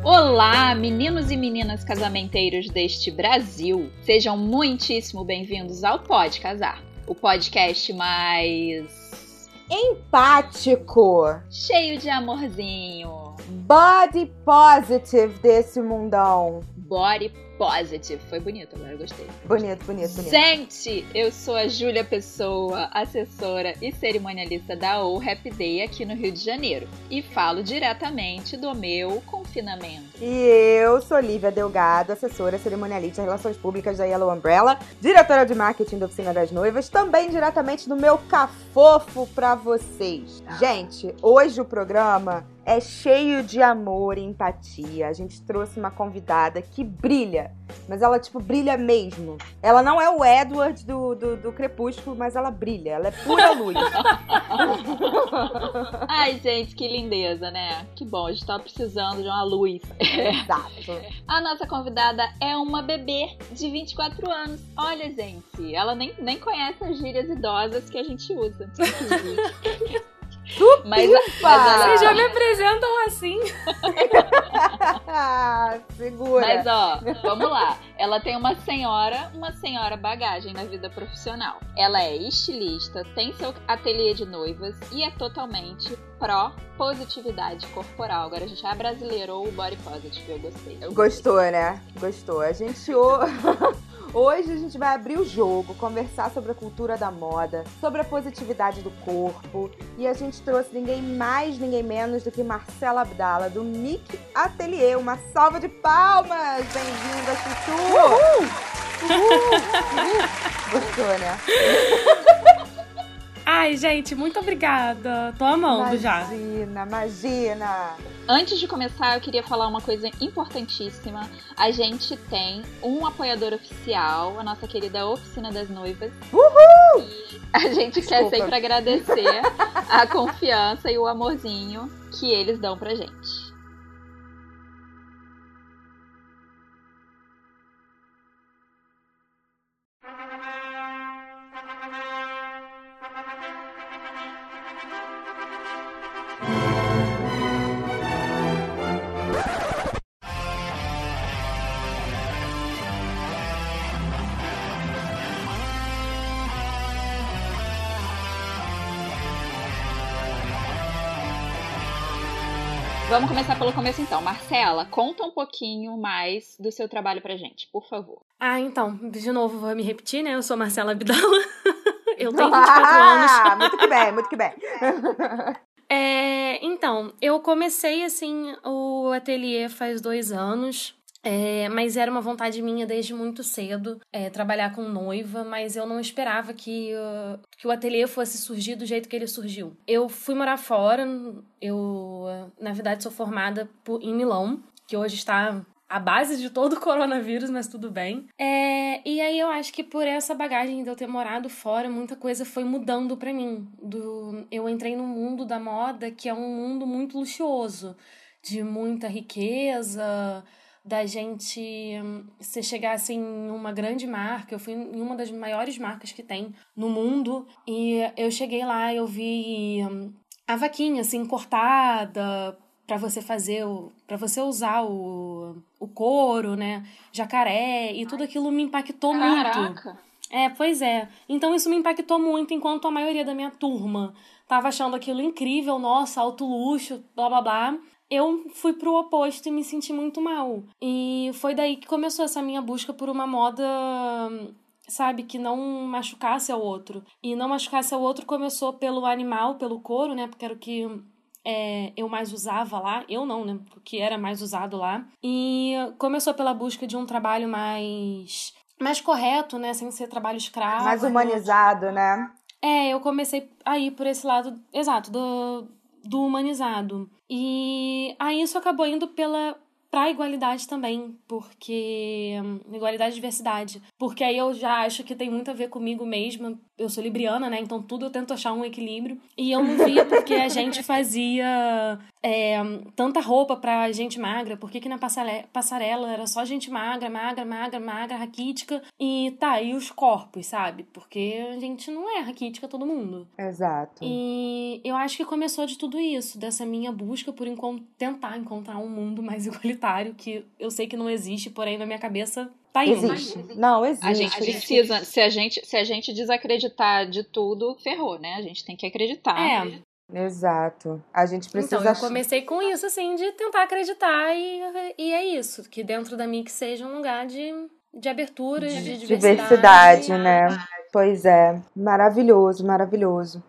Olá, meninos e meninas casamenteiros deste Brasil. Sejam muitíssimo bem-vindos ao Pode Casar, o podcast mais empático, cheio de amorzinho, body positive desse mundão. Body positive. Foi bonito, agora eu gostei. Bonito. Gente, eu sou a Júlia Pessoa, assessora e cerimonialista da O Happy Day aqui no Rio de Janeiro. E falo diretamente do meu confinamento. E eu sou Lívia Delgado, assessora cerimonialista de Relações Públicas da Yellow Umbrella, diretora de marketing da Oficina das Noivas, também diretamente do meu cafofo pra vocês. Gente, hoje o programa é cheio de amor e empatia. A gente trouxe uma convidada que brilha, mas ela, brilha mesmo. Ela não é o Edward do Crepúsculo, mas ela brilha. Ela é pura luz. Ai, gente, que lindeza, né? Que bom, a gente tá precisando de uma luz. Exato. A nossa convidada é uma bebê de 24 anos. Olha, gente, ela nem conhece as gírias idosas que a gente usa. Mas vocês já me apresentam assim. Segura. Mas vamos lá. Ela tem uma senhora bagagem na vida profissional. Ela é estilista, tem seu ateliê de noivas e é totalmente pró-positividade corporal. Agora a gente abrasileirou o body positive, eu gostei. Gostou, né? Gostou. Hoje a gente vai abrir o jogo, conversar sobre a cultura da moda, sobre a positividade do corpo. E a gente trouxe ninguém mais, ninguém menos do que Marcela Abdala, do Mic Atelier. Uma salva de palmas! Bem-vinda, Chuchu! Uhul! Gostou, né? Ai, gente, muito obrigada. Tô amando já. Imagina! Antes de começar, eu queria falar uma coisa importantíssima. A gente tem um apoiador oficial, a nossa querida Oficina das Noivas. Uhul! E a gente quer sempre agradecer a confiança e o amorzinho que eles dão pra gente. Vamos começar pelo começo então. Marcela, conta um pouquinho mais do seu trabalho pra gente, por favor. Então, de novo, vou me repetir, né? Eu sou Marcela Abdala. Eu tenho 24 anos. Muito que bem. Então, eu comecei, o ateliê faz 2 anos. Mas era uma vontade minha desde muito cedo trabalhar com noiva, mas eu não esperava que o ateliê fosse surgir do jeito que ele surgiu. Eu fui morar fora, eu na verdade sou formada em Milão, que hoje está a base de todo o coronavírus, mas tudo bem. E aí eu acho que por essa bagagem de eu ter morado fora, muita coisa foi mudando pra mim. Eu entrei no mundo da moda, que é um mundo muito luxuoso, de muita riqueza, da gente se chegar em uma grande marca. Eu fui em uma das maiores marcas que tem no mundo e eu cheguei lá, eu vi a vaquinha cortada para você fazer para você usar o couro, né, jacaré, e tudo aquilo me impactou muito. Pois é. Então isso me impactou muito, enquanto a maioria da minha turma tava achando aquilo incrível, nossa, alto luxo, blá blá blá. Eu fui pro oposto e me senti muito mal. E foi daí que começou essa minha busca por uma moda, que não machucasse ao outro. E não machucasse ao outro começou pelo animal, pelo couro, né? Porque era o que eu mais usava lá. Eu não, né? O que era mais usado lá. E começou pela busca de um trabalho mais correto, né? Sem ser trabalho escravo. Mais humanizado, né? Eu comecei a ir por esse lado, exato, do humanizado. E aí isso acabou indo pra igualdade também, porque igualdade e diversidade, porque aí eu já acho que tem muito a ver comigo mesma. Eu sou libriana, né, então tudo eu tento achar um equilíbrio, e eu não via porque a gente fazia tanta roupa pra gente magra, por que na passarela era só gente magra, raquítica, e os corpos, sabe, porque a gente não é raquítica todo mundo. Exato. E eu acho que começou de tudo isso, dessa minha busca por tentar encontrar um mundo mais igualitário. igualitário, que eu sei que não existe, porém na minha cabeça tá indo. Existe. Não, existe. A gente precisa, se a gente desacreditar de tudo, ferrou, né? A gente tem que acreditar. Exato. A gente precisa... Então, eu comecei com isso, assim, de tentar acreditar e é isso. Que dentro da Mix seja um lugar de abertura, de diversidade, né? Pois é. Maravilhoso, maravilhoso.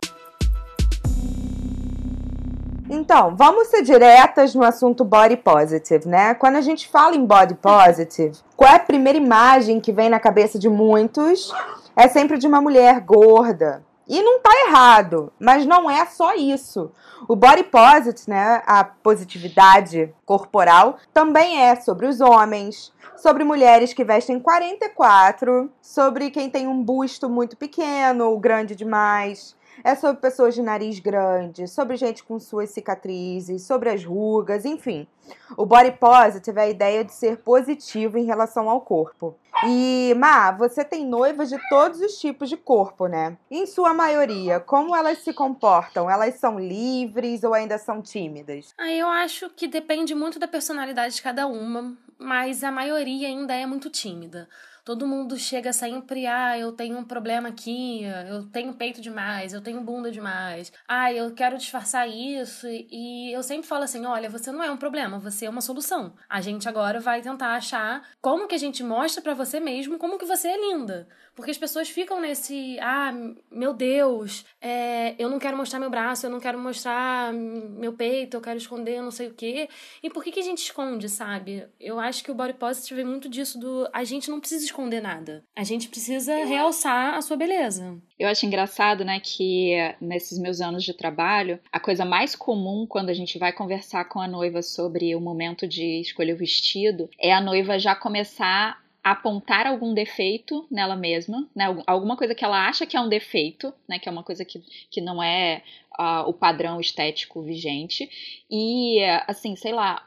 Então, vamos ser diretas no assunto body positive, né? Quando a gente fala em body positive, qual é a primeira imagem que vem na cabeça de muitos? É sempre de uma mulher gorda. E não tá errado, mas não é só isso. O body positive, né, a positividade corporal, também é sobre os homens, sobre mulheres que vestem 44, sobre quem tem um busto muito pequeno ou grande demais. É sobre pessoas de nariz grande, sobre gente com suas cicatrizes, sobre as rugas, enfim. O body positive é a ideia de ser positivo em relação ao corpo. E, Má, você tem noivas de todos os tipos de corpo, né? Em sua maioria, como elas se comportam? Elas são livres ou ainda são tímidas? Eu acho que depende muito da personalidade de cada uma, mas a maioria ainda é muito tímida. Todo mundo chega sempre, eu tenho um problema aqui, eu tenho peito demais, eu tenho bunda demais, eu quero disfarçar isso, e eu sempre falo assim, olha, você não é um problema, você é uma solução. A gente agora vai tentar achar como que a gente mostra pra você mesmo como que você é linda. Porque as pessoas ficam nesse, meu Deus, eu não quero mostrar meu braço, eu não quero mostrar meu peito, eu quero esconder não sei o quê. E por que a gente esconde, sabe? Eu acho que o body positive vem muito disso a gente não precisa esconder nada. A gente precisa realçar a sua beleza. Eu acho engraçado, né, que nesses meus anos de trabalho, a coisa mais comum quando a gente vai conversar com a noiva sobre o momento de escolher o vestido é a noiva já começar a apontar algum defeito nela mesma, né, alguma coisa que ela acha que é um defeito, né, que é uma coisa que não é o padrão estético vigente, e assim, sei lá,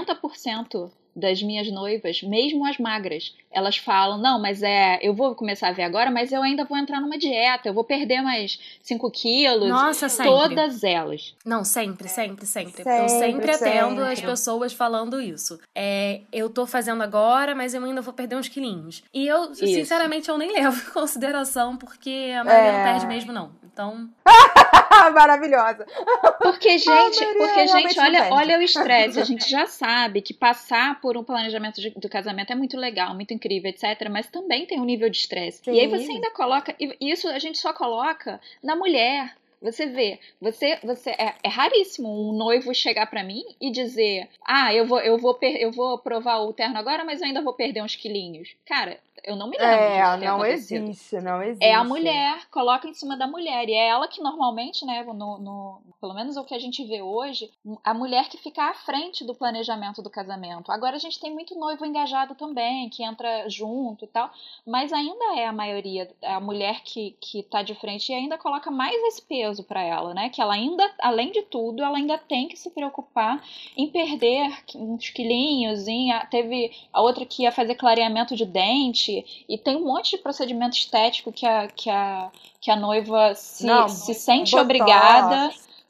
80% das minhas noivas, mesmo as magras, elas falam, não, mas eu vou começar a ver agora, mas eu ainda vou entrar numa dieta, eu vou perder mais 5 quilos. Nossa, sempre. Todas elas. Não, sempre. Eu sempre atendo as pessoas falando isso. Eu tô fazendo agora, mas eu ainda vou perder uns quilinhos. E eu, sinceramente, eu nem levo em consideração, porque a maioria não perde mesmo, não. Então... Maravilhosa. Porque, gente, olha o estresse. A gente já sabe que passar por um planejamento do casamento é muito legal, muito incrível, etc. Mas também tem um nível de estresse. E aí você ainda coloca... Isso a gente só coloca na mulher. Você vê, é raríssimo um noivo chegar pra mim e dizer, eu vou provar o terno agora, mas eu ainda vou perder uns quilinhos. Cara, eu não me lembro disso ter acontecido. Não existe. É a mulher, coloca em cima da mulher. E é ela que normalmente, né, pelo menos o que a gente vê hoje, a mulher que fica à frente do planejamento do casamento. Agora a gente tem muito noivo engajado também, que entra junto e tal, mas ainda é a maioria, a mulher que tá de frente e ainda coloca mais esse peso pra ela, né, que ela ainda, além de tudo, ela ainda tem que se preocupar em perder uns quilinhos, teve a outra que ia fazer clareamento de dente, e tem um monte de procedimento estético que a noiva se sente obrigada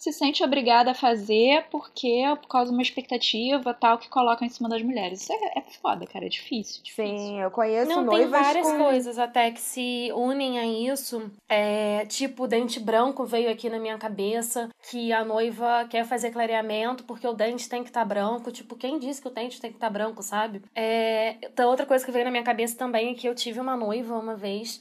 a fazer por causa de uma expectativa tal que coloca em cima das mulheres. Isso é foda, cara, é difícil. Sim, eu conheço noivas. Tem várias coisas até que se unem a isso. Tipo, dente branco veio aqui na minha cabeça, que a noiva quer fazer clareamento porque o dente tem que estar branco. Tipo, quem disse que o dente tem que estar branco, sabe? Então, outra coisa que veio na minha cabeça também é que eu tive uma noiva uma vez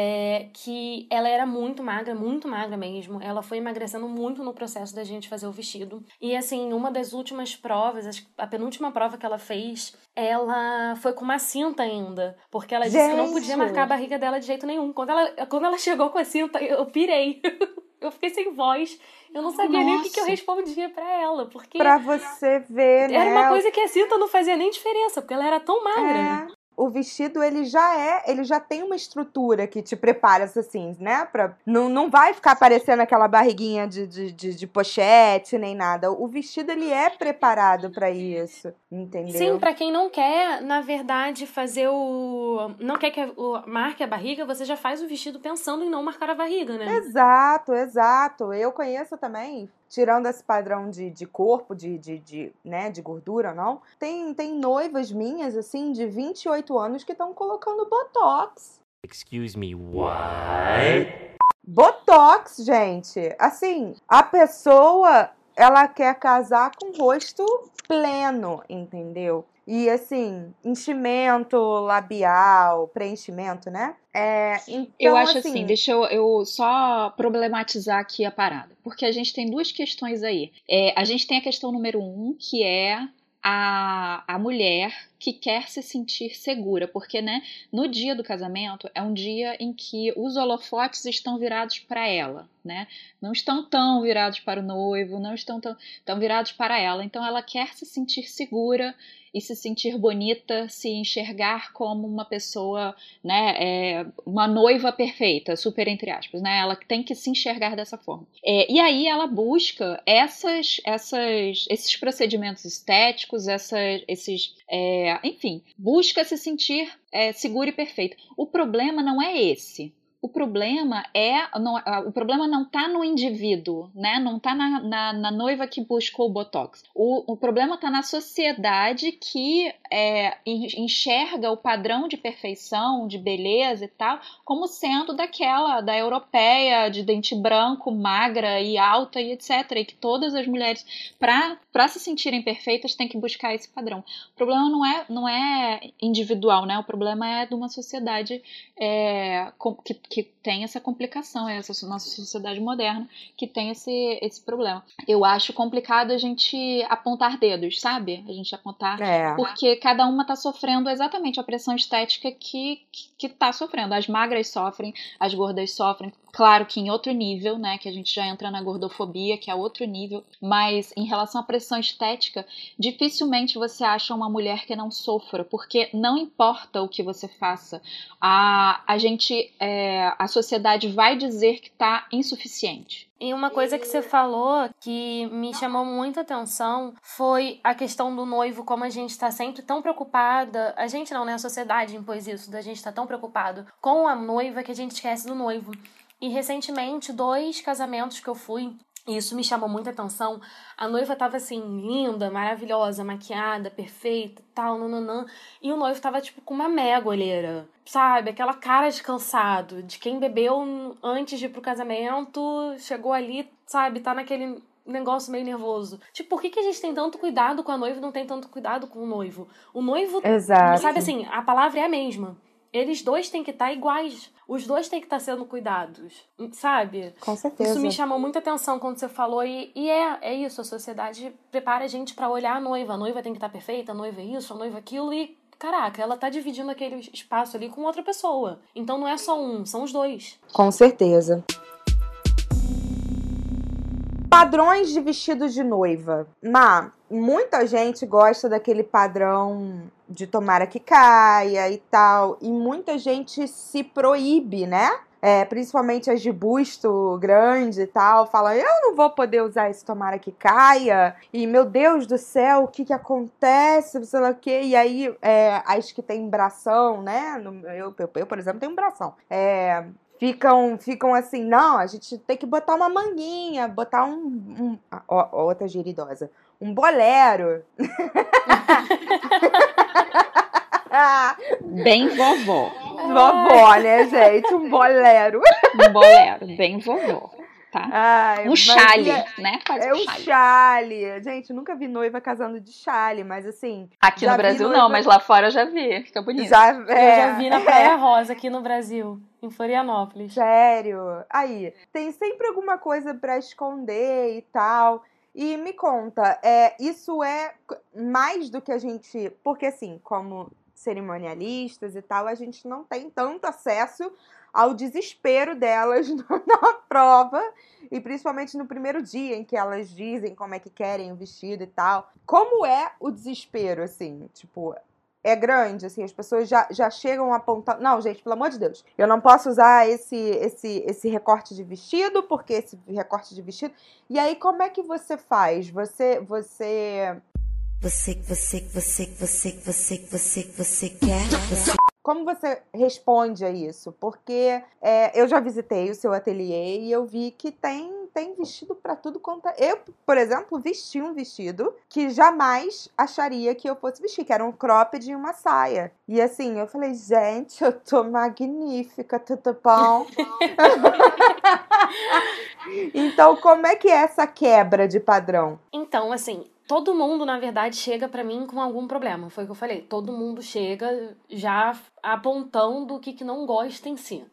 que ela era muito magra mesmo. Ela foi emagrecendo muito no processo da gente fazer o vestido. E assim, uma das últimas provas, a penúltima prova que ela fez, ela foi com uma cinta ainda. Porque ela disse que não podia marcar a barriga dela de jeito nenhum. Quando ela chegou com a cinta, eu pirei. Eu fiquei sem voz. Eu não sabia nem o que eu respondia pra ela. Porque pra você ver, né? Era uma coisa que a cinta não fazia nem diferença, porque ela era tão magra. O vestido, ele já tem uma estrutura que te prepara, assim, né? Não vai ficar parecendo aquela barriguinha de pochete, nem nada. O vestido, ele é preparado pra isso, entendeu? Sim, pra quem não quer, na verdade, fazer não quer que marque a barriga, você já faz o vestido pensando em não marcar a barriga, né? Exato. Eu conheço também tirando esse padrão de corpo, né, de gordura, não. Tem noivas minhas, assim, de 28 anos que estão colocando Botox. Excuse me, what? Botox, gente. Assim, a pessoa, ela quer casar com o rosto pleno, entendeu? E, assim, enchimento labial, preenchimento, né? Então, eu acho assim, deixa eu só problematizar aqui a parada. Porque a gente tem duas questões aí. A gente tem a questão número 1, que é a mulher que quer se sentir segura, porque, né, no dia do casamento é um dia em que os holofotes estão virados para ela, né? Não estão tão virados para o noivo, não estão tão virados para ela. Então ela quer se sentir segura e se sentir bonita, se enxergar como uma pessoa, né, uma noiva perfeita, super entre aspas, né? Ela tem que se enxergar dessa forma. E aí ela busca esses procedimentos estéticos, enfim, busca se sentir segura e perfeita. O problema não é esse. O problema não está no indivíduo, né? Não está na noiva que buscou o Botox. O problema está na sociedade que enxerga o padrão de perfeição, de beleza e tal, como sendo da europeia, de dente branco, magra e alta e etc. E que todas as mulheres, para se sentirem perfeitas, têm que buscar esse padrão. O problema não é individual, né? O problema é de uma sociedade que tem essa complicação, essa nossa sociedade moderna que tem esse problema. Eu acho complicado a gente apontar dedos, sabe? A gente apontar, porque cada uma tá sofrendo exatamente a pressão estética que tá sofrendo. As magras sofrem, as gordas sofrem, claro que em outro nível, né, que a gente já entra na gordofobia, que é outro nível, mas em relação à pressão estética, dificilmente você acha uma mulher que não sofra, porque não importa o que você faça, a sociedade vai dizer que tá insuficiente. E uma coisa que você falou que me chamou muita atenção foi a questão do noivo, como a gente está sempre tão preocupada, a gente não, né, a sociedade impôs isso, da gente estar tão preocupado com a noiva que a gente esquece do noivo. E recentemente, 2 casamentos que eu fui, e isso me chamou muita atenção, a noiva tava assim, linda, maravilhosa, maquiada, perfeita, tal, nananã, e o noivo tava tipo com uma mega olheira, sabe? Aquela cara de cansado, de quem bebeu antes de ir pro casamento, chegou ali, sabe? Tá naquele negócio meio nervoso. Tipo, por que a gente tem tanto cuidado com a noiva e não tem tanto cuidado com o noivo? O noivo, Exato. Sabe assim, a palavra é a mesma. Eles dois têm que estar iguais. Os dois têm que estar sendo cuidados, sabe? Com certeza. Isso me chamou muita atenção quando você falou. E é isso, a sociedade prepara a gente pra olhar a noiva. A noiva tem que estar perfeita, a noiva é isso, a noiva é aquilo. E, caraca, ela tá dividindo aquele espaço ali com outra pessoa. Então não é só um, são os dois. Com certeza. Padrões de vestido de noiva. Muita gente gosta daquele padrão de tomara que caia e tal. E muita gente se proíbe, né? Principalmente as de busto grande e tal. Fala, eu não vou poder usar esse tomara que caia. E, meu Deus do céu, o que acontece? Sei lá o quê. E aí, as que tem bração, né? Eu, por exemplo, tenho um bração. Ficam assim, não, a gente tem que botar uma manguinha, botar outra giridosa, um bolero. Bem vovó. Vovó, né, gente? Um bolero. Um bolero, bem vovó. Tá? Ai, um chale, né? Faz um chale. Gente, nunca vi noiva casando de chale, mas assim... Aqui no Brasil não, mas lá fora eu já vi. Fica bonito. Eu já vi na Praia Rosa, aqui no Brasil, em Florianópolis. Sério? Aí, tem sempre alguma coisa pra esconder e tal. E me conta, isso é mais do que a gente... Porque assim, como cerimonialistas e tal, a gente não tem tanto acesso ao desespero delas na prova, e principalmente no primeiro dia em que elas dizem como é que querem o vestido e tal. Como é o desespero, assim? Tipo, é grande, assim, as pessoas já chegam apontando... Não, gente, pelo amor de Deus, eu não posso usar esse recorte de vestido, porque esse recorte de vestido... E aí, como é que você faz? Você quer... Como você responde a isso? Porque eu já visitei o seu ateliê e eu vi que tem tem vestido pra tudo quanto é. Eu, por exemplo, vesti um vestido que jamais acharia que eu fosse vestir, que era um cropped e uma saia. E assim, eu falei, gente, eu tô magnífica, tudo bom? Então, como é que é essa quebra de padrão? Então, assim, todo mundo, na verdade, chega pra mim com algum problema. Foi o que eu falei. Todo mundo chega já apontando o que não gosta em si.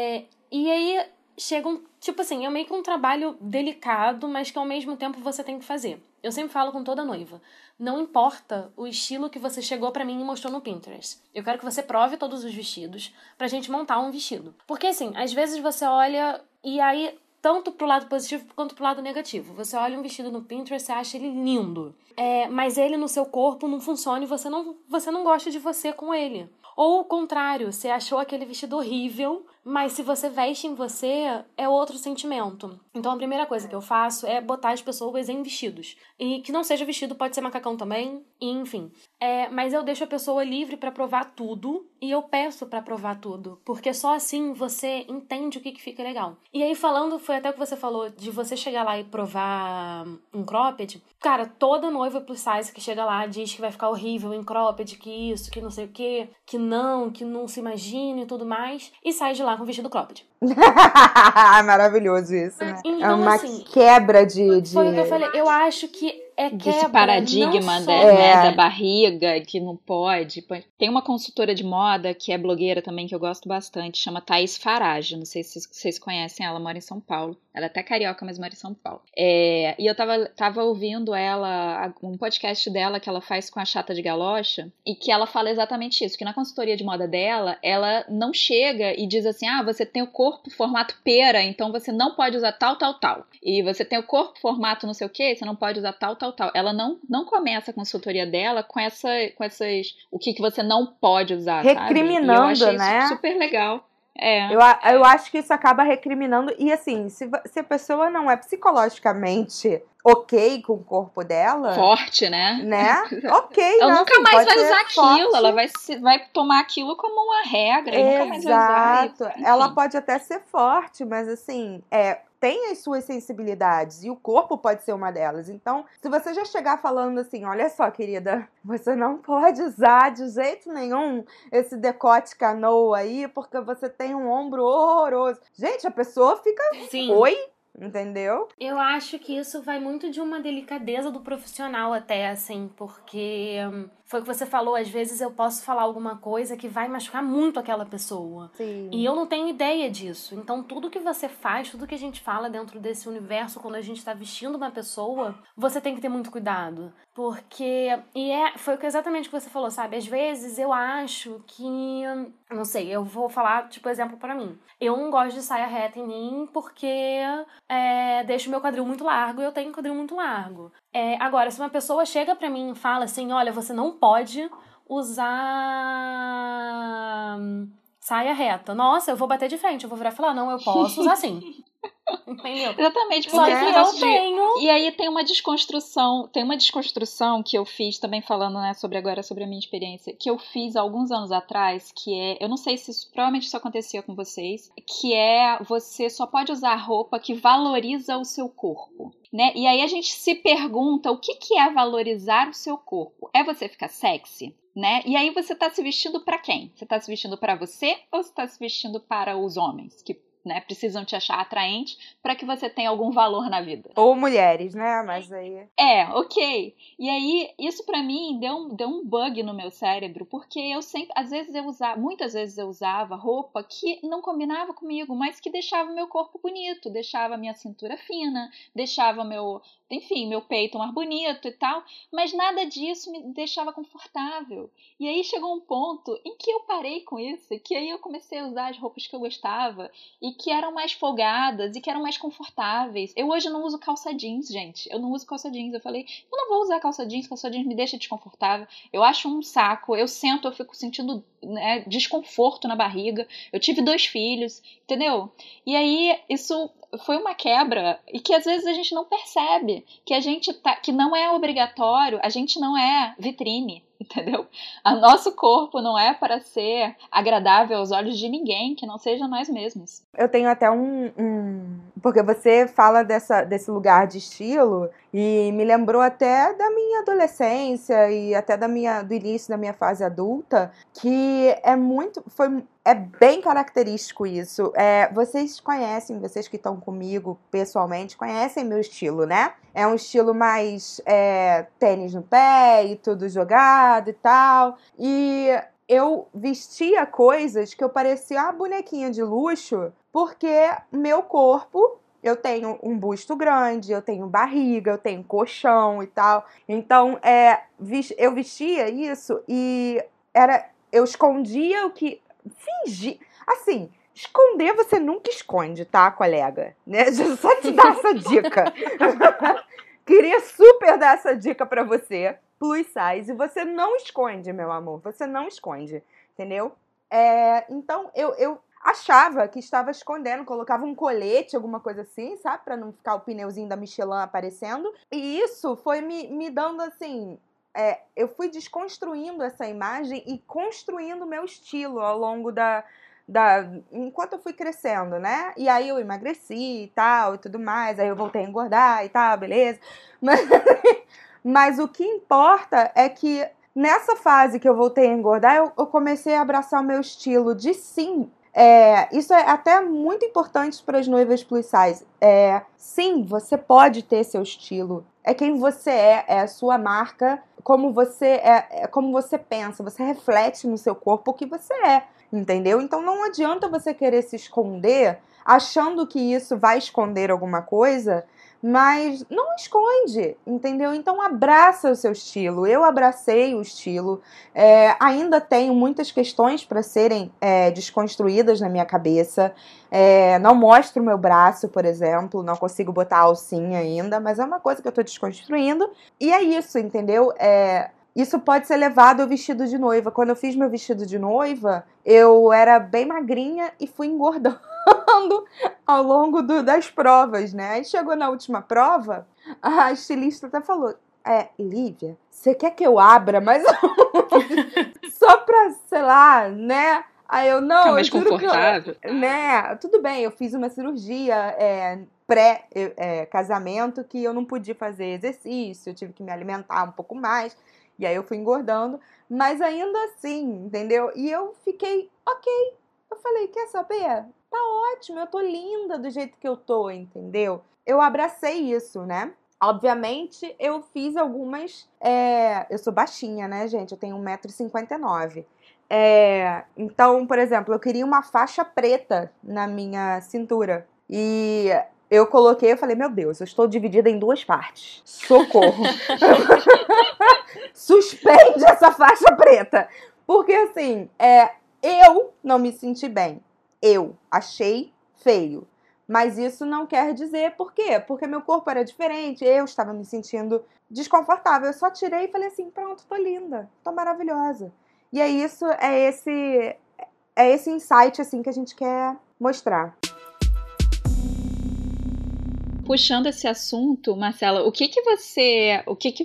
E aí chegam, tipo assim, é meio que um trabalho delicado, mas que ao mesmo tempo você tem que fazer. Eu sempre falo com toda noiva, não importa o estilo que você chegou pra mim e mostrou no Pinterest. Eu quero que você prove todos os vestidos pra gente montar um vestido. Porque assim, às vezes você olha e aí, tanto pro lado positivo quanto pro lado negativo. Você olha um vestido no Pinterest e acha ele lindo. Mas ele no seu corpo não funciona e você não gosta de você com ele. Ou o contrário, você achou aquele vestido horrível, mas se você veste em você, é outro sentimento. Então a primeira coisa que eu faço é botar as pessoas em vestidos. E que não seja vestido, pode ser macacão também, e enfim. Mas eu deixo a pessoa livre pra provar tudo e eu peço pra provar tudo. Porque só assim você entende o que fica legal. E aí falando, foi até o que você falou, de você chegar lá e provar um cropped. Cara, toda noiva plus size que chega lá diz que vai ficar horrível em cropped, que isso, que não sei o quê, que não se imagine e tudo mais. E sai de lá com vestido cropped. Maravilhoso isso, né? Então, é uma assim, quebra de... Foi o que eu falei. Eu acho que desse paradigma da barriga, que não pode. Tem uma consultora de moda que é blogueira também, que eu gosto bastante, chama Thaís Farage. Não sei se vocês conhecem ela, mora em São Paulo. Ela é até carioca, mas mora em São Paulo. E eu tava ouvindo um podcast dela que ela faz com a Chata de Galocha, e que ela fala exatamente isso, que na consultoria de moda dela, ela não chega e diz assim, você tem o corpo formato pera, então você não pode usar tal. E você tem o corpo formato não sei o que, você não pode usar tal. Ela não começa a consultoria dela com essas... O que você não pode usar, recriminando, sabe? E eu achei né? isso super legal. Eu acho que isso acaba recriminando. E assim, se a pessoa não é psicologicamente ok com o corpo dela... Forte, né? Ok. Ela né? nunca mais vai usar forte. aquilo. Ela vai tomar aquilo como uma regra. E nunca mais vai usar. Exato. Ela pode até ser forte, mas assim... tem as suas sensibilidades e o corpo pode ser uma delas. Então, se você já chegar falando assim, olha só, querida, você não pode usar de jeito nenhum esse decote canoa aí, porque você tem um ombro horroroso. Gente, a pessoa fica... Sim. Oi? Entendeu? Eu acho que isso vai muito de uma delicadeza do profissional até, assim, porque foi o que você falou, às vezes eu posso falar alguma coisa que vai machucar muito aquela pessoa. Sim. E eu não tenho ideia disso. Então tudo que você faz, tudo que a gente fala dentro desse universo, quando a gente tá vestindo uma pessoa, você tem que ter muito cuidado. Porque, foi exatamente o que você falou, sabe? Às vezes eu acho que, não sei, eu vou falar, tipo, exemplo pra mim. Eu não gosto de saia reta em mim porque deixa o meu quadril muito largo e eu tenho um quadril muito largo. Agora, se uma pessoa chega pra mim e fala assim, olha, você não pode usar saia reta. Nossa, eu vou bater de frente, eu vou virar e falar, não, eu posso usar sim. Entendeu? Exatamente, porque eu tenho... E aí tem uma desconstrução que eu fiz também falando, né, sobre a minha experiência, que eu fiz há alguns anos atrás, que eu não sei se provavelmente isso acontecia com vocês, que você só pode usar roupa que valoriza o seu corpo, né? E aí a gente se pergunta o que é valorizar o seu corpo? É você ficar sexy? Né? E aí você tá se vestindo pra quem? Você tá se vestindo pra você ou você tá se vestindo para os homens que, né, precisam te achar atraente para que você tenha algum valor na vida? Ou mulheres, né? Mas aí... ok. E aí, isso pra mim deu um bug no meu cérebro, porque eu sempre, muitas vezes eu usava roupa que não combinava comigo, mas que deixava o meu corpo bonito, deixava a minha cintura fina, deixava meu peito mais bonito e tal, mas nada disso me deixava confortável. E aí chegou um ponto em que eu parei com isso, e que aí eu comecei a usar as roupas que eu gostava, e que eram mais folgadas, e que eram mais confortáveis. Eu hoje não uso calça jeans, gente. Eu não uso calça jeans. Eu falei, eu não vou usar calça jeans me deixa desconfortável. Eu acho um saco, eu fico sentindo, né, desconforto na barriga. Eu tive 2 filhos, entendeu? E aí, isso foi uma quebra, e que às vezes a gente não percebe, que não é obrigatório, a gente não é vitrine, entendeu? O nosso corpo não é para ser agradável aos olhos de ninguém, que não seja nós mesmos. Eu tenho até um porque você fala desse lugar de estilo e me lembrou até da minha adolescência e até do início da minha fase adulta, que é bem característico isso. Vocês que estão comigo pessoalmente, conhecem meu estilo, né? É um estilo mais tênis no pé e tudo jogado e tal. E eu vestia coisas que eu parecia uma bonequinha de luxo, porque meu corpo, eu tenho um busto grande, eu tenho barriga, eu tenho colchão e tal. Então, eu vestia isso e eu escondia o que... Fingi. Assim, esconder você nunca esconde, tá, colega? Né? Deixa eu só te dar essa dica. Queria super dar essa dica pra você. Plus size. E você não esconde, meu amor. Você não esconde. Entendeu? Então, eu achava que estava escondendo. Colocava um colete, alguma coisa assim, sabe? Pra não ficar o pneuzinho da Michelin aparecendo. E isso foi me dando, assim... eu fui desconstruindo essa imagem e construindo o meu estilo ao longo enquanto eu fui crescendo, né? E aí eu emagreci e tal, e tudo mais. Aí eu voltei a engordar e tal, beleza. Mas o que importa é que nessa fase que eu voltei a engordar, eu comecei a abraçar o meu estilo de sim. Isso é até muito importante para as noivas plus size. Sim, você pode ter seu estilo. É quem você é a sua marca, como você como você pensa, você reflete no seu corpo o que você é, entendeu? Então não adianta você querer se esconder achando que isso vai esconder alguma coisa, mas não esconde, entendeu? Então abraça o seu estilo. Eu abracei o estilo. Ainda tenho muitas questões para serem desconstruídas na minha cabeça. Não mostro o meu braço, por exemplo. Não consigo botar a alcinha ainda, mas é uma coisa que eu tô desconstruindo. E é isso, entendeu? Isso pode ser levado ao vestido de noiva. Quando eu fiz meu vestido de noiva, eu era bem magrinha e fui engordando ao longo das provas, né? Aí chegou na última prova, a estilista até falou, Lívia, você quer que eu abra mais só pra, sei lá, né? Aí eu, não, fica mais confortável. Né? Tudo bem, eu fiz uma cirurgia pré-casamento que eu não podia fazer exercício, eu tive que me alimentar um pouco mais. E aí eu fui engordando, mas ainda assim, entendeu? E eu fiquei, ok. Eu falei, quer saber? Tá ótimo, eu tô linda do jeito que eu tô, entendeu? Eu abracei isso, né? Obviamente, eu fiz algumas... Eu sou baixinha, né, gente? Eu tenho 1,59 m. Então, por exemplo, eu queria uma faixa preta na minha cintura. E... eu falei, meu Deus, eu estou dividida em 2 partes. Socorro. Suspende essa faixa preta. Porque, assim, eu não me senti bem. Eu achei feio. Mas isso não quer dizer por quê? Porque meu corpo era diferente, eu estava me sentindo desconfortável. Eu só tirei e falei assim, pronto, tô linda, tô maravilhosa. E é isso, esse insight, assim, que a gente quer mostrar. Puxando esse assunto, Marcela, o que você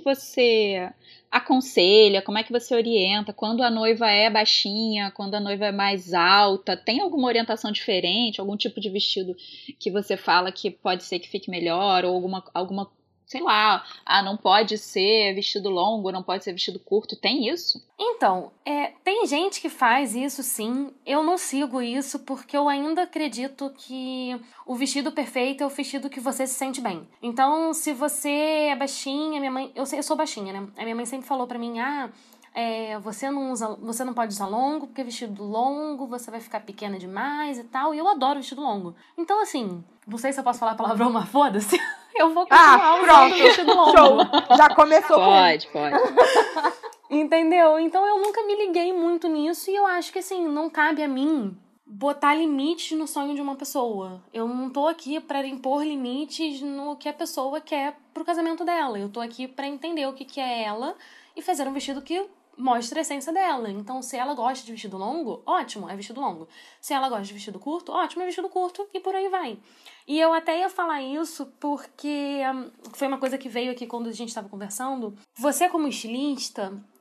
aconselha, como é que você orienta quando a noiva é baixinha, quando a noiva é mais alta? Tem alguma orientação diferente, algum tipo de vestido que você fala que pode ser que fique melhor, ou alguma sei lá, não pode ser vestido longo, não pode ser vestido curto, tem isso? Então, tem gente que faz isso sim, eu não sigo isso porque eu ainda acredito que o vestido perfeito é o vestido que você se sente bem. Então, se você é baixinha, minha mãe, eu sou baixinha, né? A minha mãe sempre falou pra mim, você não pode usar longo, porque vestido longo você vai ficar pequena demais e tal, e eu adoro vestido longo. Então, assim, não sei se eu posso falar palavrão, mas foda-se. Eu vou continuar usando vestido longo. Show. Já começou Pode. Entendeu? Então eu nunca me liguei muito nisso e eu acho que, assim, não cabe a mim botar limites no sonho de uma pessoa. Eu não tô aqui pra impor limites no que a pessoa quer pro casamento dela. Eu tô aqui pra entender o que é ela e fazer um vestido que mostra a essência dela. Então, se ela gosta de vestido longo, ótimo, é vestido longo. Se ela gosta de vestido curto, ótimo, é vestido curto e por aí vai. E eu até ia falar isso porque foi uma coisa que veio aqui quando a gente estava conversando. Você, como estilista,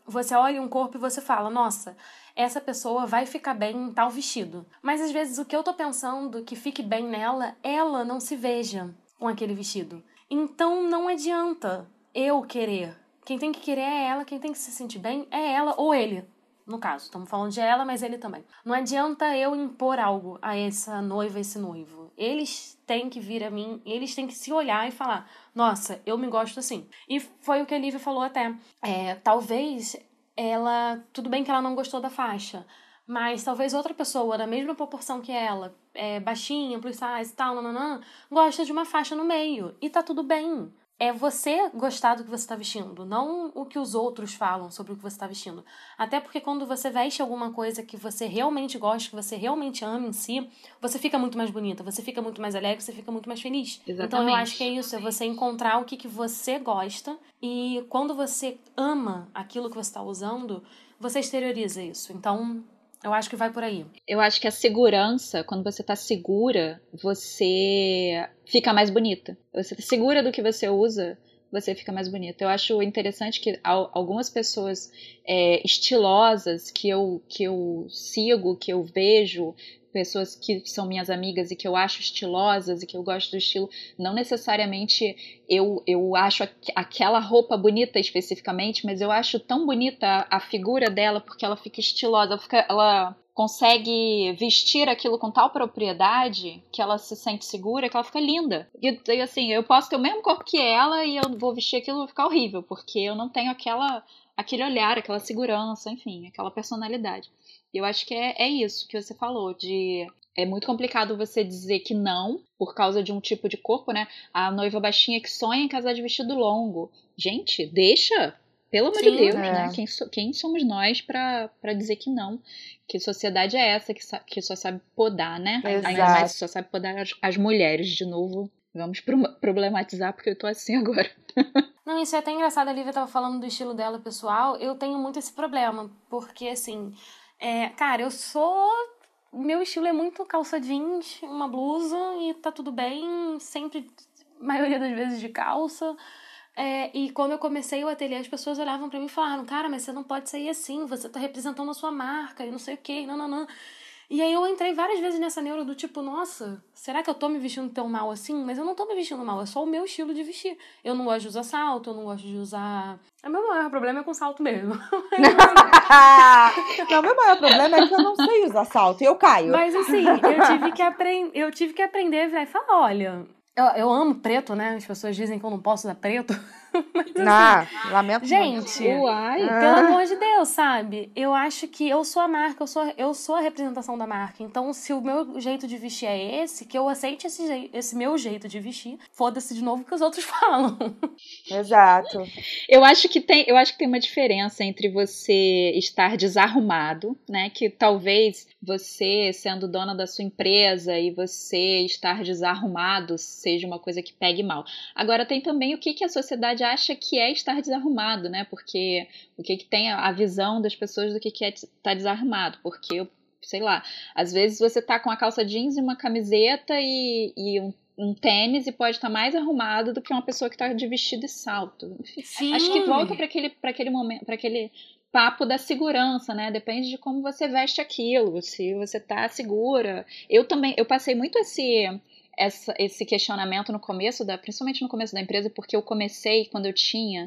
você olha um corpo e você fala, nossa, essa pessoa vai ficar bem em tal vestido. Mas às vezes o que eu tô pensando que fique bem nela, ela não se veja com aquele vestido. Então não adianta eu querer. Quem tem que querer é ela, quem tem que se sentir bem é ela ou ele. No caso, estamos falando de ela, mas ele também. Não adianta eu impor algo a essa noiva, esse noivo. Eles têm que vir a mim, eles têm que se olhar e falar, nossa, eu me gosto assim. E foi o que a Lívia falou até. Talvez ela, tudo bem que ela não gostou da faixa, mas talvez outra pessoa, na mesma proporção que ela, baixinha, plus size e tal, gosta de uma faixa no meio. E tá tudo bem. É você gostar do que você está vestindo, não o que os outros falam sobre o que você está vestindo. Até porque quando você veste alguma coisa que você realmente gosta, que você realmente ama em si, você fica muito mais bonita, você fica muito mais alegre, você fica muito mais feliz. Exatamente. Então eu acho que é isso, é você encontrar o que você gosta e quando você ama aquilo que você está usando, você exterioriza isso. Então eu acho que vai por aí. Eu acho que a segurança, quando você tá segura, você fica mais bonita. Você tá segura do que você usa, você fica mais bonita. Eu acho interessante que algumas pessoas estilosas que eu sigo, que eu vejo, pessoas que são minhas amigas e que eu acho estilosas e que eu gosto do estilo, não necessariamente eu acho aquela roupa bonita especificamente, mas eu acho tão bonita a figura dela porque ela fica estilosa, ela consegue vestir aquilo com tal propriedade que ela se sente segura, que ela fica linda. E assim, eu posso ter o mesmo corpo que ela e eu vou vestir aquilo e vai ficar horrível, porque eu não tenho aquele olhar, aquela segurança, enfim, aquela personalidade. E eu acho que é isso que você falou, é muito complicado você dizer que não, por causa de um tipo de corpo, né? A noiva baixinha que sonha em casar de vestido longo. Gente, deixa! Pelo amor de Deus, né? Quem somos nós pra dizer que não? Que sociedade é essa que só sabe podar, né? Exato. Ainda mais só sabe podar as mulheres. De novo, vamos problematizar porque eu tô assim agora. Não, isso é até engraçado. A Lívia tava falando do estilo dela pessoal. Eu tenho muito esse problema, porque assim... cara, meu estilo é muito calça jeans, uma blusa e tá tudo bem, sempre, maioria das vezes de calça. E quando eu comecei o ateliê, as pessoas olhavam pra mim e falaram, cara, mas você não pode sair assim, você tá representando a sua marca e não sei o que, não. E aí eu entrei várias vezes nessa neura do tipo, nossa, será que eu tô me vestindo tão mal assim? Mas eu não tô me vestindo mal, é só o meu estilo de vestir. Eu não gosto de usar salto, eu não gosto de usar... O meu maior problema é com salto mesmo. Não, meu maior problema é que eu não sei usar salto e eu caio. Mas assim, eu tive que aprender e falar, olha... Eu amo preto, né? As pessoas dizem que eu não posso usar preto. Mas, assim, lamento gente, muito. Pelo amor de Deus, sabe? Eu acho que eu sou a marca, eu sou a representação da marca. Então, se o meu jeito de vestir é esse, que eu aceite esse meu jeito de vestir, foda-se de novo o que os outros falam. Exato. Eu acho que tem uma diferença entre você estar desarrumado, né? Que talvez você, sendo dona da sua empresa e você estar desarrumado seja uma coisa que pegue mal. Agora tem também o que a sociedade acha que é estar desarrumado, né? Porque o que tem a visão das pessoas do que é estar desarrumado. Porque, sei lá, às vezes você tá com a calça jeans e uma camiseta e um tênis e pode estar mais arrumado do que uma pessoa que tá de vestido e salto. Enfim, acho que volta para aquele momento, para aquele papo da segurança, né? Depende de como você veste aquilo, se você tá segura. Eu passei muito esse questionamento no começo, principalmente no começo da empresa, porque eu comecei quando eu tinha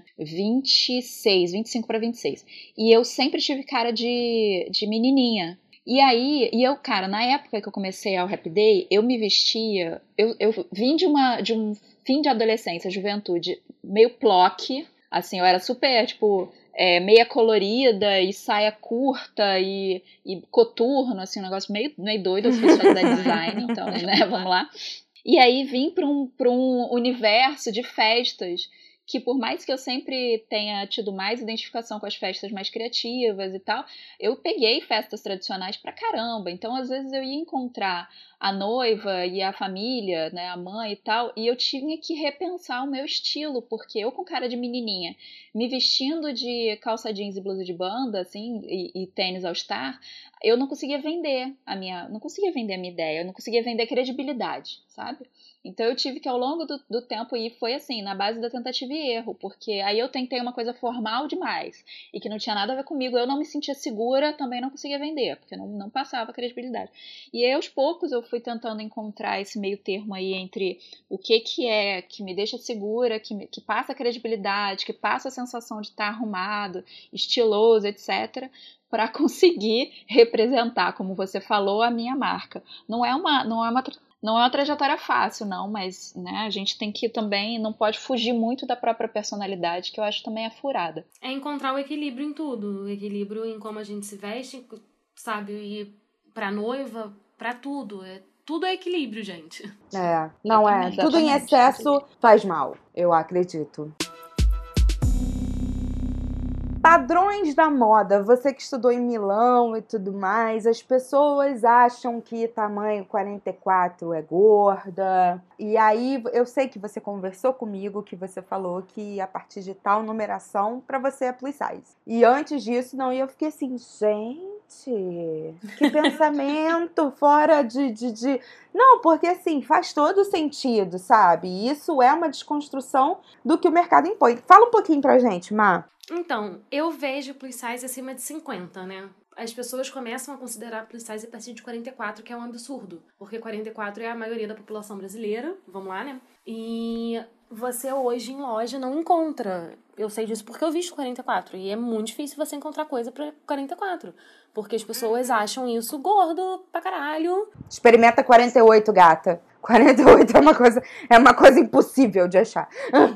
25 para 26. E eu sempre tive cara de menininha. E aí, cara, na época que eu comecei ao Happy Day, eu me vestia... Eu vim de um fim de adolescência, juventude, meio ploque. Assim, eu era super, tipo... meia colorida e saia curta e coturno, assim, um negócio meio doido. Eu fiz faculdade de design, então, né, vamos lá. E aí vim para um universo de festas que, por mais que eu sempre tenha tido mais identificação com as festas mais criativas e tal, eu peguei festas tradicionais pra caramba. Então, às vezes, eu ia encontrar a noiva e a família, né, a mãe e tal, e eu tinha que repensar o meu estilo, porque eu com cara de menininha, me vestindo de calça jeans e blusa de banda, assim, e tênis all-star, eu não conseguia vender a minha ideia, eu não conseguia vender credibilidade, sabe? Então eu tive que, ao longo do tempo, e foi assim, na base da tentativa tive erro, porque aí eu tentei uma coisa formal demais e que não tinha nada a ver comigo, eu não me sentia segura, também não conseguia vender, porque não passava credibilidade. E aí, aos poucos eu fui tentando encontrar esse meio termo aí entre o que é que me deixa segura, que passa credibilidade, que passa a sensação de estar arrumado, estiloso, etc., para conseguir representar, como você falou, a minha marca. Não é uma trajetória fácil, não, mas né, a gente tem que também, não pode fugir muito da própria personalidade, que eu acho também é furada. É encontrar o equilíbrio em tudo, o equilíbrio em como a gente se veste, sabe, e pra noiva, pra tudo, tudo é equilíbrio, gente. Não é, tudo em excesso faz mal, eu acredito. Padrões da moda, você que estudou em Milão e tudo mais, as pessoas acham que tamanho 44 é gorda. E aí, eu sei que você conversou comigo, que você falou que a partir de tal numeração, pra você é plus size. E antes disso, não, e eu fiquei assim, gente, que pensamento fora de... Não, porque assim, faz todo sentido, sabe? E isso é uma desconstrução do que o mercado impõe. Fala um pouquinho pra gente, Má. Então, eu vejo plus size acima de 50, né? As pessoas começam a considerar plus size a partir de 44, que é um absurdo. Porque 44 é a maioria da população brasileira, vamos lá, né? E você hoje em loja não encontra. Eu sei disso porque eu visto 44. E é muito difícil você encontrar coisa pra 44. Porque as pessoas acham isso gordo pra caralho. Experimenta 48, gata. 48 é uma coisa impossível de achar.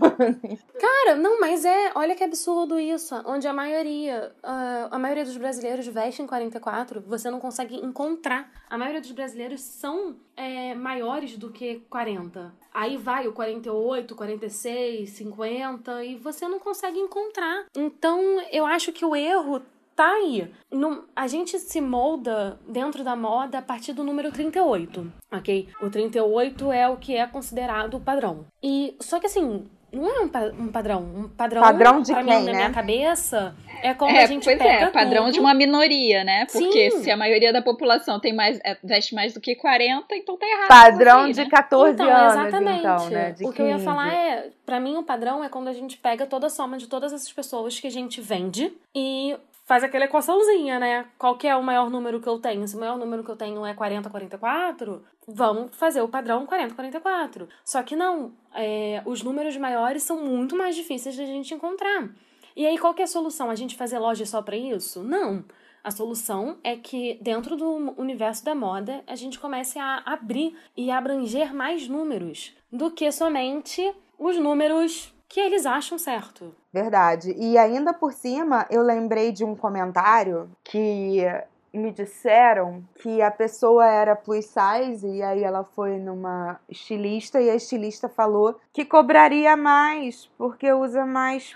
Cara, não, mas olha que absurdo isso. Onde a maioria dos brasileiros vestem 44, você não consegue encontrar. A maioria dos brasileiros são maiores do que 40. Aí vai o 48, 46, 50 e você não consegue encontrar. Então, eu acho que o erro tá aí. A gente se molda dentro da moda a partir do número 38, ok? O 38 é o que é considerado o padrão. Só que assim, não é um padrão. Um padrão de pra quem, mim, né? Na minha cabeça, é como a gente pega padrão tudo. de uma minoria, né? Porque Sim. se a maioria da população veste mais do que 40, então tá errado. Padrão aí, de né? 14 anos, exatamente. então, né? De o que eu ia 15. falar pra mim o padrão é quando a gente pega toda a soma de todas essas pessoas que a gente vende e faz aquela equaçãozinha, né? Qual que é o maior número que eu tenho? Se o maior número que eu tenho é 40, 44, vamos fazer o padrão 40, 44. Só que não, os números maiores são muito mais difíceis de a gente encontrar. E aí, qual que é a solução? A gente fazer loja só pra isso? Não. A solução é que, dentro do universo da moda, a gente comece a abrir e abranger mais números do que somente os números que eles acham certo. Verdade. E ainda por cima, eu lembrei de um comentário que me disseram que a pessoa era plus size e aí ela foi numa estilista e a estilista falou que cobraria mais porque usa mais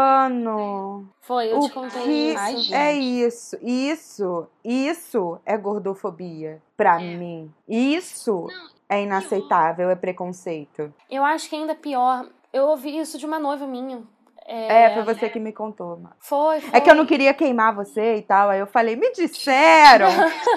pano. Foi, eu te contei isso. Isso é gordofobia pra mim. Isso é inaceitável, é preconceito. Eu acho que ainda pior, eu ouvi isso de uma noiva minha. Foi você que me contou, Má. Foi. É que eu não queria queimar você e tal, aí eu falei, me disseram!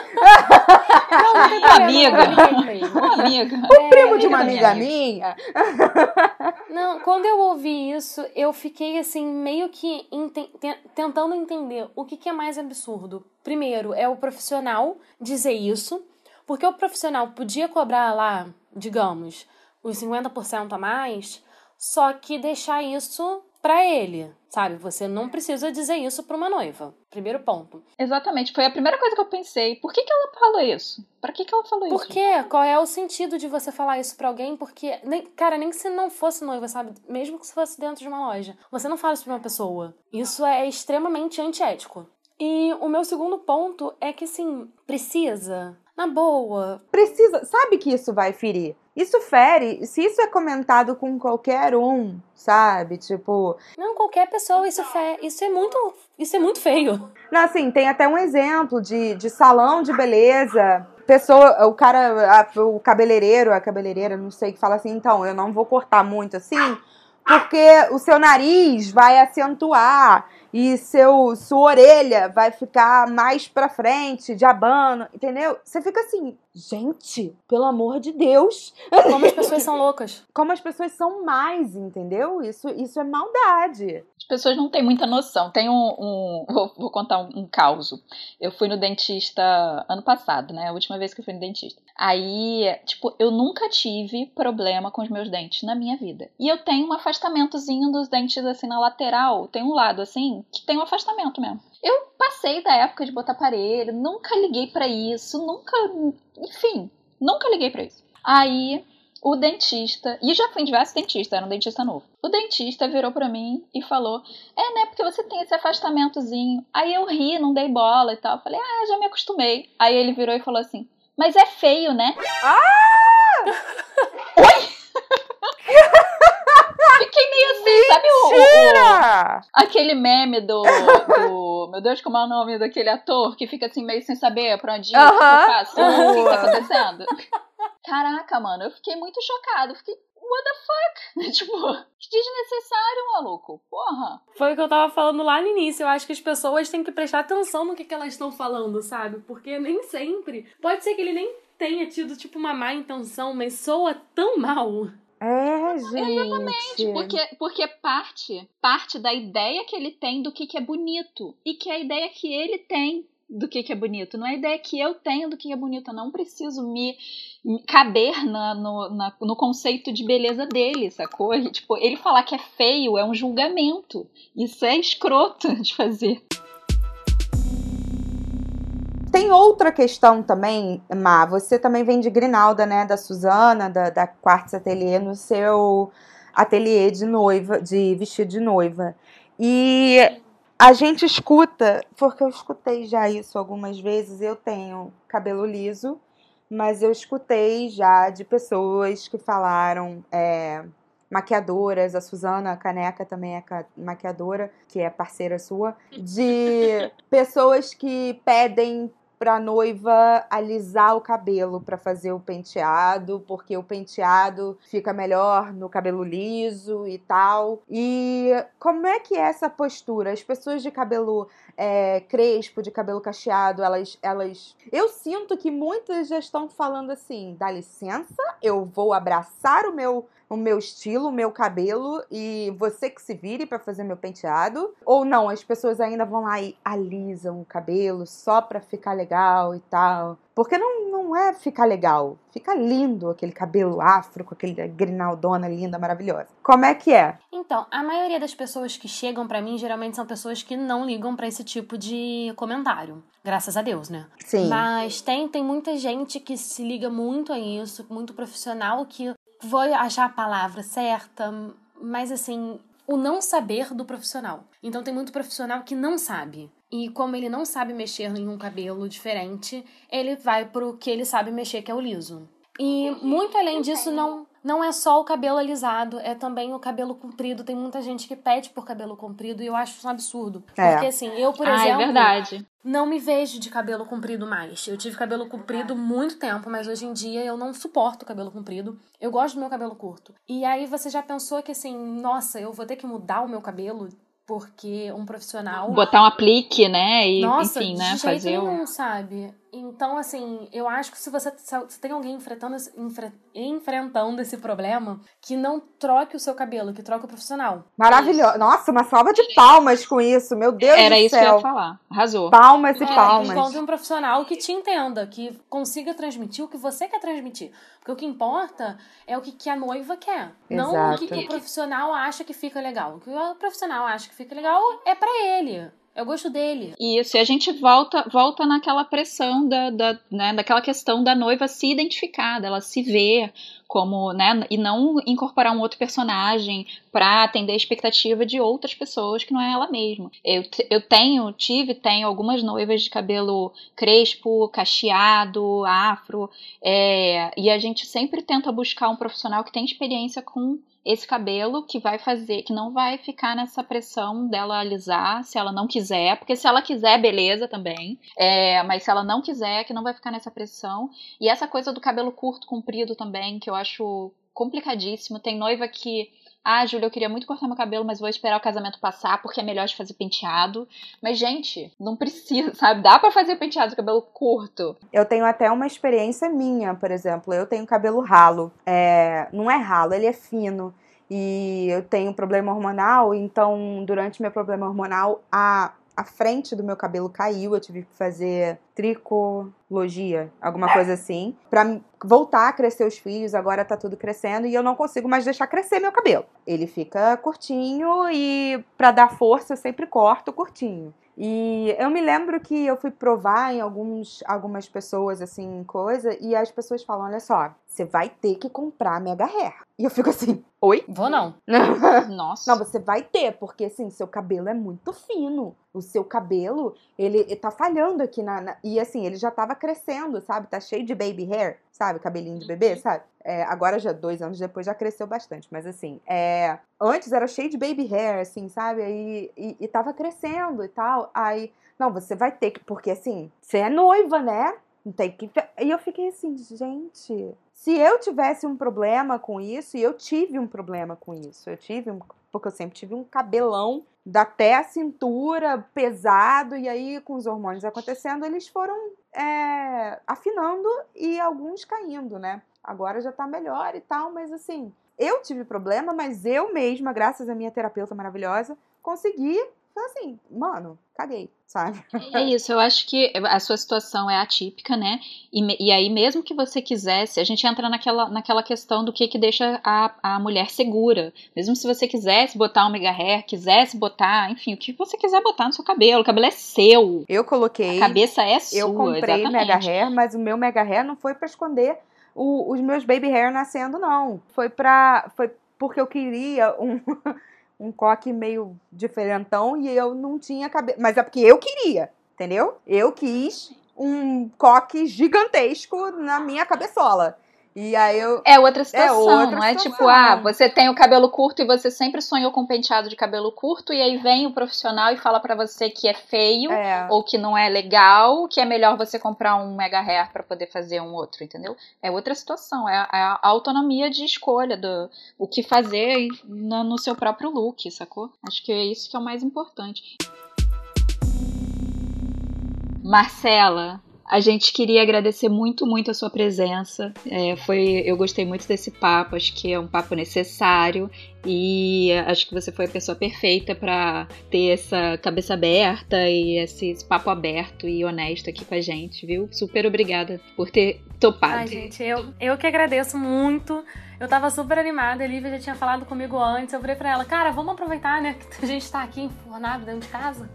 Amiga. O primo de uma amiga minha. Não, quando eu ouvi isso, eu fiquei assim, meio que tentando entender o que é mais absurdo. Primeiro, é o profissional dizer isso, porque o profissional podia cobrar lá, digamos, os 50% a mais, só que deixar isso pra ele, sabe? Você não precisa dizer isso pra uma noiva. Primeiro ponto. Exatamente. Foi a primeira coisa que eu pensei. Por que ela falou isso? Pra que ela falou isso? Por quê? Qual é o sentido de você falar isso pra alguém? Porque, nem que se não fosse noiva, sabe? Mesmo que se fosse dentro de uma loja. Você não fala isso pra uma pessoa. Isso é extremamente antiético. E o meu segundo ponto é que, assim, precisa. Na boa. Precisa. Sabe que isso vai ferir? Isso fere. Se isso é comentado com qualquer um, sabe? Tipo... Não, qualquer pessoa, isso é muito feio. Não, assim, tem até um exemplo de salão de beleza. O cabeleireiro, a cabeleireira, não sei, que fala assim, então, eu não vou cortar muito assim, porque o seu nariz vai acentuar e sua orelha vai ficar mais pra frente, de abano, entendeu? Você fica assim, gente, pelo amor de Deus. Como as pessoas são loucas. Como as pessoas são mais, entendeu? Isso é maldade. As pessoas não têm muita noção. Tem vou contar um caos. Eu fui no dentista ano passado, né? A última vez que eu fui no dentista. Aí, tipo, eu nunca tive problema com os meus dentes na minha vida. E eu tenho um afastamentozinho dos dentes, assim, na lateral. Tem um lado, assim, que tem um afastamento mesmo. Eu passei da época de botar aparelho, nunca liguei pra isso, enfim, nunca liguei pra isso. Aí, o dentista, e já fui em diversos dentistas, era um dentista novo. O dentista virou pra mim e falou, né, porque você tem esse afastamentozinho. Aí eu ri, não dei bola e tal. Falei, já me acostumei. Aí ele virou e falou assim, mas é feio, né? Oi? Fiquei meio assim, sabe aquele meme do... Meu Deus, como é o nome daquele ator que fica assim meio sem saber pra onde ir, o que eu faço, o que tá acontecendo? Caraca, mano, eu fiquei muito chocada. Fiquei, what the fuck? Tipo, que desnecessário, maluco. Porra. Foi o que eu tava falando lá no início. Eu acho que as pessoas têm que prestar atenção no que elas estão falando, sabe? Porque nem sempre. Pode ser que ele nem tenha tido, tipo, uma má intenção, mas soa tão mal. Gente. Exatamente, porque parte da ideia que ele tem do que é bonito. E que é a ideia que ele tem do que é bonito. Não é a ideia que eu tenho do que é bonito. Eu não preciso me caber no conceito de beleza dele, sacou? E, tipo, ele falar que é feio é um julgamento. Isso é escroto de fazer. Tem outra questão também, Má. Você também vem de Grinalda, né? Da Suzana, da Quartz Atelier, no seu ateliê de noiva, de vestido de noiva. E a gente escuta, porque eu escutei já isso algumas vezes, eu tenho cabelo liso, mas eu escutei já de pessoas que falaram, maquiadoras, a Suzana Caneca também é maquiadora, que é parceira sua, de pessoas que pedem pra noiva alisar o cabelo pra fazer o penteado, porque o penteado fica melhor no cabelo liso e tal. E como é que é essa postura? As pessoas de cabelo crespo, de cabelo cacheado, elas... Eu sinto que muitas já estão falando assim, dá licença, eu vou abraçar o meu estilo, o meu cabelo, e você que se vire pra fazer meu penteado. Ou não, as pessoas ainda vão lá e alisam o cabelo só pra ficar legal e tal. Porque não é ficar legal. Fica lindo aquele cabelo afro, com aquele grinaldona linda, maravilhosa. Como é que é? Então, a maioria das pessoas que chegam pra mim, geralmente são pessoas que não ligam pra esse tipo de comentário. Graças a Deus, né? Sim. Mas tem muita gente que se liga muito a isso, muito profissional, que vou achar a palavra certa, mas assim, o não saber do profissional. Então tem muito profissional que não sabe. E como ele não sabe mexer em um cabelo diferente, ele vai pro que ele sabe mexer, que é o liso. E muito além disso, não é só o cabelo alisado, é também o cabelo comprido. Tem muita gente que pede por cabelo comprido e eu acho isso um absurdo. Porque assim, eu, por exemplo, é verdade. Não me vejo de cabelo comprido mais. Eu tive cabelo comprido muito tempo, mas hoje em dia eu não suporto cabelo comprido. Eu gosto do meu cabelo curto. E aí você já pensou que assim, nossa, eu vou ter que mudar o meu cabelo porque um profissional... Botar um aplique, né? E, nossa, enfim, né? de jeito nenhum, sabe? Então, assim, eu acho que se tem alguém enfrentando esse problema, que não troque o seu cabelo, que troque o profissional. Maravilhoso. Nossa, uma salva de palmas com isso. Meu Deus do céu. Era isso que eu ia falar. Arrasou. Palmas e palmas. Encontre um profissional que te entenda, que consiga transmitir o que você quer transmitir. Porque o que importa é o que a noiva quer. Exato. Não o que o profissional acha que fica legal. O que o profissional acha que fica legal é pra ele. É o gosto dele. Isso, e a gente volta naquela pressão né, daquela questão da noiva se identificar, dela se ver como, né, e não incorporar um outro personagem pra atender a expectativa de outras pessoas que não é ela mesma. Eu tenho algumas noivas de cabelo crespo, cacheado, afro, e a gente sempre tenta buscar um profissional que tem experiência com esse cabelo, que não vai ficar nessa pressão dela alisar, se ela não quiser, porque se ela quiser, beleza também, mas se ela não quiser, que não vai ficar nessa pressão. E essa coisa do cabelo curto, comprido também, que eu acho complicadíssimo. Tem noiva que Júlia, eu queria muito cortar meu cabelo, mas vou esperar o casamento passar porque é melhor de fazer penteado. Mas, gente, não precisa, sabe? Dá pra fazer penteado de cabelo curto. Eu tenho até uma experiência minha, por exemplo. Eu tenho cabelo ralo. Não é ralo, ele é fino. E eu tenho problema hormonal, então durante meu problema hormonal, a frente do meu cabelo caiu. Eu tive que fazer tricologia, alguma coisa assim, pra voltar a crescer os fios. Agora tá tudo crescendo e eu não consigo mais deixar crescer meu cabelo. Ele fica curtinho e pra dar força eu sempre corto curtinho. E eu me lembro que eu fui provar em algumas pessoas, assim, coisa, e as pessoas falam, olha só, você vai ter que comprar Mega Hair. E eu fico assim, oi? Vou não. Nossa. Não, você vai ter, porque assim, seu cabelo é muito fino. O seu cabelo, ele tá falhando aqui e assim, ele já tava crescendo, sabe? Tá cheio de baby hair, sabe? Cabelinho de bebê, sabe? Agora já 2 anos depois já cresceu bastante, mas assim, antes era cheio de baby hair, assim, sabe? E tava crescendo e tal. Aí, não, você vai ter que, porque assim, você é noiva, né? Não tem que... E eu fiquei assim, gente, se eu tivesse um problema com isso, e eu tive um problema com isso, porque eu sempre tive um cabelão até a cintura, pesado, e aí com os hormônios acontecendo, eles foram afinando e alguns caindo, né? Agora já tá melhor e tal, mas assim, eu tive problema, mas eu mesma, graças à minha terapeuta maravilhosa, consegui, assim, mano, caguei, sabe? É isso, eu acho que a sua situação é atípica, né? E aí, mesmo que você quisesse, a gente entra naquela questão do que deixa a mulher segura. Mesmo se você quisesse botar um mega hair, quisesse botar, enfim, o que você quiser botar no seu cabelo. O cabelo é seu. Eu coloquei. A cabeça é sua, eu comprei exatamente. mega hair, mas o meu mega hair não foi pra esconder os meus baby hair nascendo, não. Foi porque eu queria um coque meio diferentão e eu não tinha cabelo. Mas é porque eu queria, entendeu? Eu quis um coque gigantesco na minha cabeçola. E aí eu... É outra situação, outra não é situação. tipo, você tem o cabelo curto e você sempre sonhou com um penteado de cabelo curto e aí vem o profissional e fala pra você que é feio ou que não é legal, que é melhor você comprar um mega hair pra poder fazer um outro, entendeu? É outra situação, é a autonomia de escolha do o que fazer no seu próprio look, sacou? Acho que é isso que é o mais importante. Marcela, a gente queria agradecer muito, muito a sua presença. Eu gostei muito desse papo, acho que é um papo necessário e acho que você foi a pessoa perfeita para ter essa cabeça aberta e esse papo aberto e honesto aqui com a gente, viu? Super obrigada por ter topado. Ai, gente, eu que agradeço muito. Eu tava super animada, a Lívia já tinha falado comigo antes. Eu falei pra ela, cara, vamos aproveitar, né, que a gente tá aqui enfurnado dentro de casa.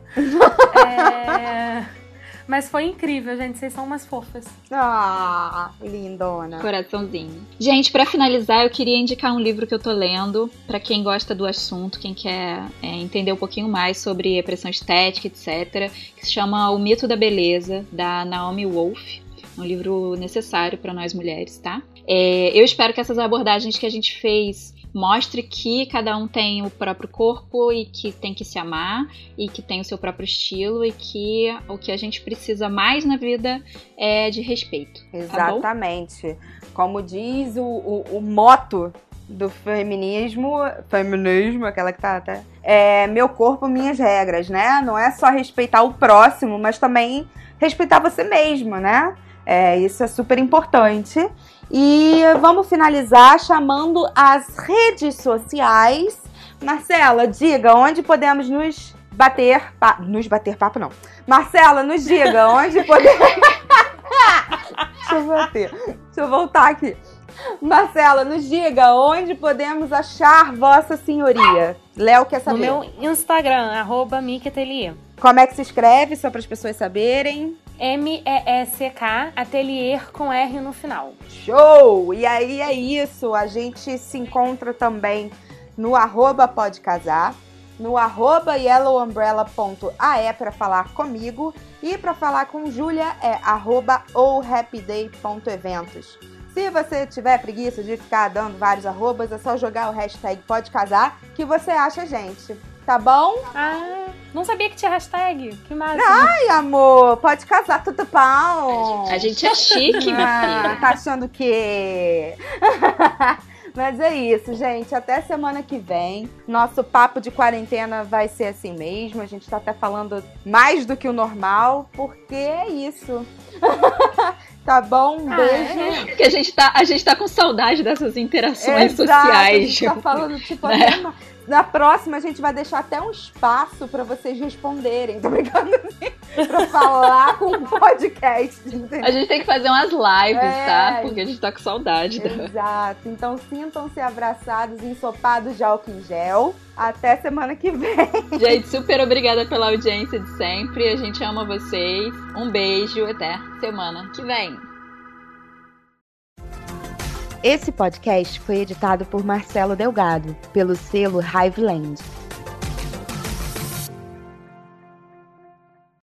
Mas foi incrível, gente. Vocês são umas fofas. Ah, lindona. Coraçãozinho. Gente, pra finalizar, eu queria indicar um livro que eu tô lendo pra quem gosta do assunto, quem quer entender um pouquinho mais sobre pressão estética, etc. Que se chama O Mito da Beleza, da Naomi Wolf. Um livro necessário pra nós mulheres, tá? Eu espero que essas abordagens que a gente fez mostre que cada um tem o próprio corpo e que tem que se amar e que tem o seu próprio estilo e que o que a gente precisa mais na vida é de respeito. Exatamente. Tá, como diz o moto do feminismo, aquela que tá meu corpo, minhas regras, né? Não é só respeitar o próximo, mas também respeitar você mesma, né? Isso é super importante. E vamos finalizar chamando as redes sociais. Marcela, diga onde podemos nos bater papo. Nos bater papo, não. Marcela, nos diga onde podemos... Deixa eu voltar aqui. Marcela, nos diga onde podemos achar Vossa Senhoria. Léo quer saber. No meu Instagram, @miqueatelier. Como é que se escreve, só para as pessoas saberem? MESK, atelier com R no final. Show! E aí é isso, a gente se encontra também no @podecasar, no @yellowumbrella.ae para falar comigo e para falar com Júlia é @ohappyday.eventos. Se você tiver preguiça de ficar dando vários arrobas, é só jogar o hashtag podecasar que você acha a gente. Tá bom? Ah, não sabia que tinha hashtag. Que massa. Ai, amor, pode casar, tudo bom. A gente é chique, minha filha. Tá achando que... Mas é isso, gente. Até semana que vem. Nosso papo de quarentena vai ser assim mesmo. A gente tá até falando mais do que o normal, porque é isso. Tá bom? Um beijo. Porque a gente tá com saudade dessas interações Exato, sociais. A gente tá falando, tipo, né? até na próxima a gente vai deixar até um espaço pra vocês responderem. Tô brincando assim, pra falar com o podcast. Entendeu? A gente tem que fazer umas lives, tá? Porque a gente tá com saudade. Exato. Então sintam-se abraçados e ensopados de álcool em gel. Até semana que vem. Gente, super obrigada pela audiência de sempre. A gente ama vocês. Um beijo. Até semana que vem. Esse podcast foi editado por Marcelo Delgado, pelo selo Hiveland.